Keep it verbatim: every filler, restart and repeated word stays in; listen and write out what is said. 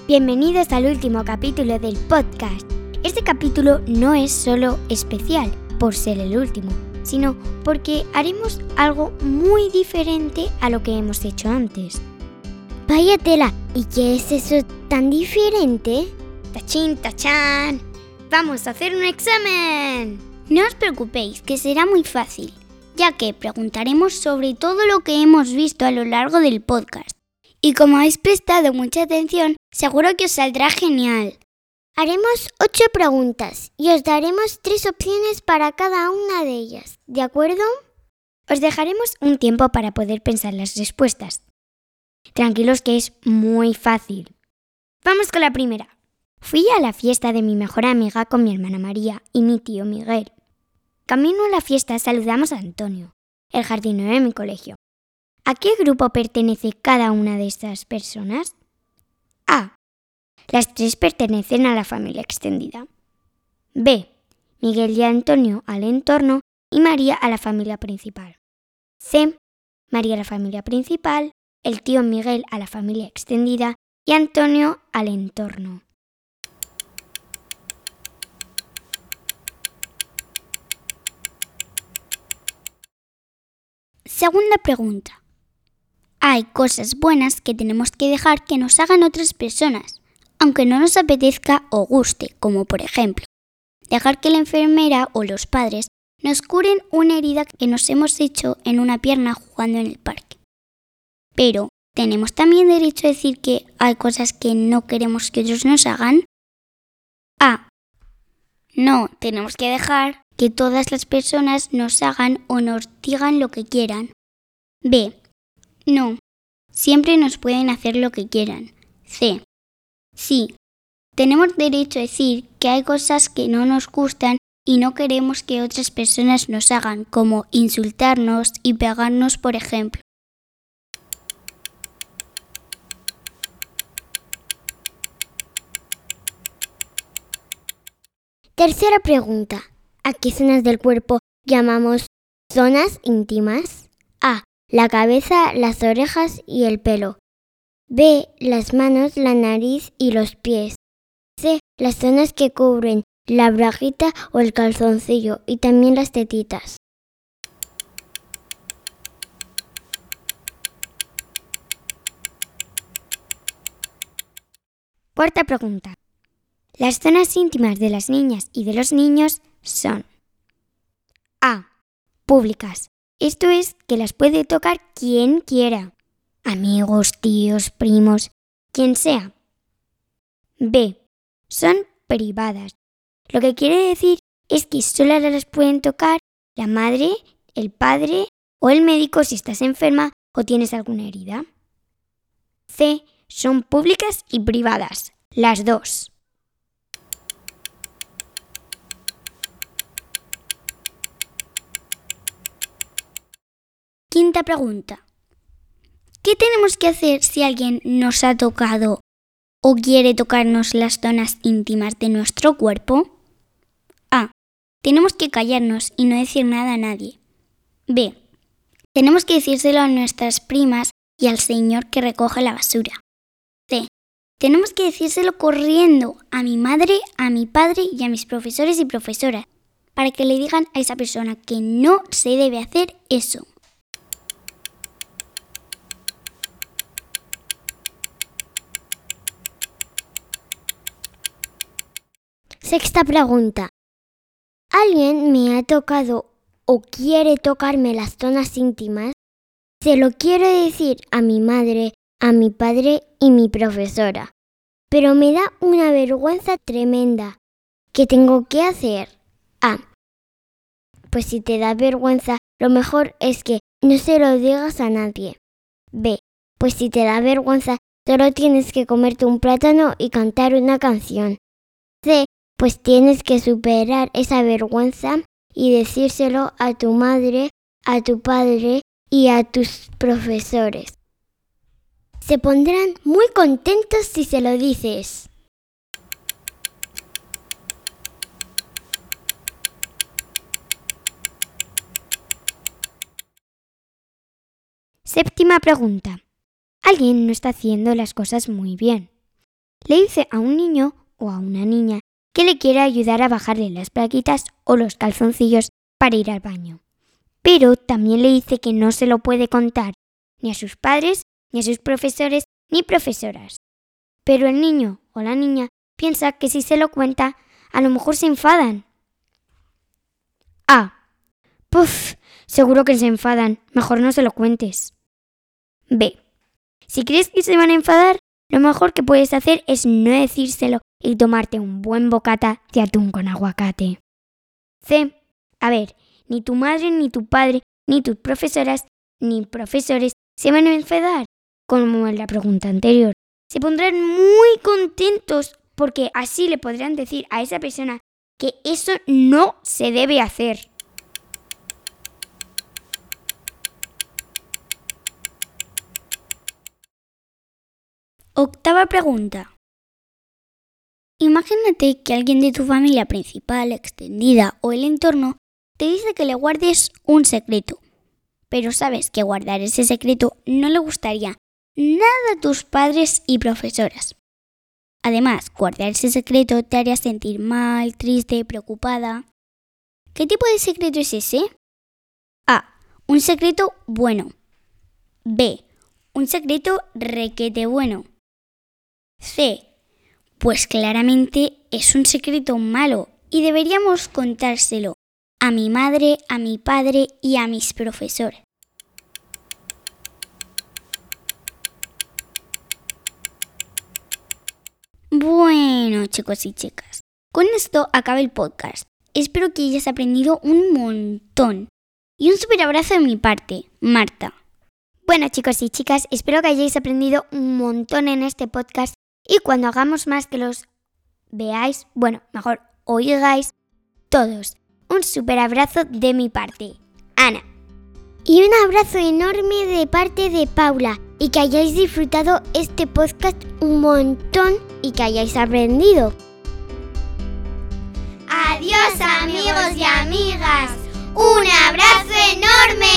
Bienvenidos al último capítulo del podcast. Este capítulo no es solo especial por ser el último, sino porque haremos algo muy diferente a lo que hemos hecho antes. Vaya tela, ¿y qué es eso tan diferente? ¡Tachín, tachán! ¡Vamos a hacer un examen! No os preocupéis, que será muy fácil, ya que preguntaremos sobre todo lo que hemos visto a lo largo del podcast. Y como habéis prestado mucha atención, seguro que os saldrá genial. Haremos ocho preguntas y os daremos tres opciones para cada una de ellas, ¿de acuerdo? Os dejaremos un tiempo para poder pensar las respuestas. Tranquilos que es muy fácil. Vamos con la primera. Fui a la fiesta de mi mejor amiga con mi hermana María y mi tío Miguel. Camino a la fiesta saludamos a Antonio, el jardinero de mi colegio. ¿A qué grupo pertenece cada una de estas personas? A. Las tres pertenecen a la familia extendida. B. Miguel y Antonio al entorno y María a la familia principal. C. María a la familia principal, el tío Miguel a la familia extendida y Antonio al entorno. Segunda pregunta. Hay cosas buenas que tenemos que dejar que nos hagan otras personas, aunque no nos apetezca o guste, como por ejemplo, dejar que la enfermera o los padres nos curen una herida que nos hemos hecho en una pierna jugando en el parque. Pero, ¿tenemos también derecho a decir que hay cosas que no queremos que otros nos hagan? A. No, tenemos que dejar que todas las personas nos hagan o nos digan lo que quieran. B. No, siempre nos pueden hacer lo que quieran. C. Sí, tenemos derecho a decir que hay cosas que no nos gustan y no queremos que otras personas nos hagan, como insultarnos y pegarnos, por ejemplo. Tercera pregunta. ¿A qué zonas del cuerpo llamamos zonas íntimas? A. La cabeza, las orejas y el pelo. B. Las manos, la nariz y los pies. C. Las zonas que cubren la braguita o el calzoncillo y también las tetitas. Cuarta pregunta. Las zonas íntimas de las niñas y de los niños son A. Públicas. Esto es que las puede tocar quien quiera. Amigos, tíos, primos, quien sea. B. Son privadas. Lo que quiere decir es que solo las pueden tocar la madre, el padre o el médico si estás enferma o tienes alguna herida. C. Son públicas y privadas. Las dos. Quinta pregunta. ¿Qué tenemos que hacer si alguien nos ha tocado o quiere tocarnos las zonas íntimas de nuestro cuerpo? A. Tenemos que callarnos y no decir nada a nadie. B. Tenemos que decírselo a nuestras primas y al señor que recoge la basura. C. Tenemos que decírselo corriendo a mi madre, a mi padre y a mis profesores y profesoras para que le digan a esa persona que no se debe hacer eso. Sexta pregunta. ¿Alguien me ha tocado o quiere tocarme las zonas íntimas? Se lo quiero decir a mi madre, a mi padre y mi profesora. Pero me da una vergüenza tremenda. ¿Qué tengo que hacer? A. Pues si te da vergüenza, lo mejor es que no se lo digas a nadie. B. Pues si te da vergüenza, solo tienes que comerte un plátano y cantar una canción. C. Pues tienes que superar esa vergüenza y decírselo a tu madre, a tu padre y a tus profesores. Se pondrán muy contentos si se lo dices. Séptima pregunta. Alguien no está haciendo las cosas muy bien. le dice a un niño o a una niña que le quiere ayudar a bajarle las plaquitas o los calzoncillos para ir al baño. Pero también le dice que no se lo puede contar ni a sus padres, ni a sus profesores, ni profesoras. Pero el niño o la niña piensa que si se lo cuenta, a lo mejor se enfadan. A. Puf, seguro que se enfadan, mejor no se lo cuentes. B. Si crees que se van a enfadar, lo mejor que puedes hacer es no decírselo y tomarte un buen bocata de atún con aguacate. C. A ver, ni tu madre, ni tu padre, ni tus profesoras, ni profesores se van a enfadar, como en la pregunta anterior. Se pondrán muy contentos porque así le podrán decir a esa persona que eso no se debe hacer. Octava pregunta. Imagínate que alguien de tu familia principal, extendida o el entorno te dice que le guardes un secreto, pero sabes que guardar ese secreto no le gustaría nada a tus padres y profesoras. Además, guardar ese secreto te haría sentir mal, triste, preocupada. ¿Qué tipo de secreto es ese? A. Un secreto bueno. B. Un secreto requete bueno. C. Pues claramente es un secreto malo y deberíamos contárselo a mi madre, a mi padre y a mis profesores. Bueno, chicos y chicas, con esto acaba el podcast. Espero que hayas aprendido un montón. Y un súper abrazo de mi parte, Marta. Bueno, chicos y chicas, espero que hayáis aprendido un montón en este podcast y cuando hagamos más que los veáis, bueno, mejor oigáis todos. Un súper abrazo de mi parte, Ana. Y un abrazo enorme de parte de Paula. Y que hayáis disfrutado este podcast un montón y que hayáis aprendido. Adiós, amigos y amigas. Un abrazo enorme.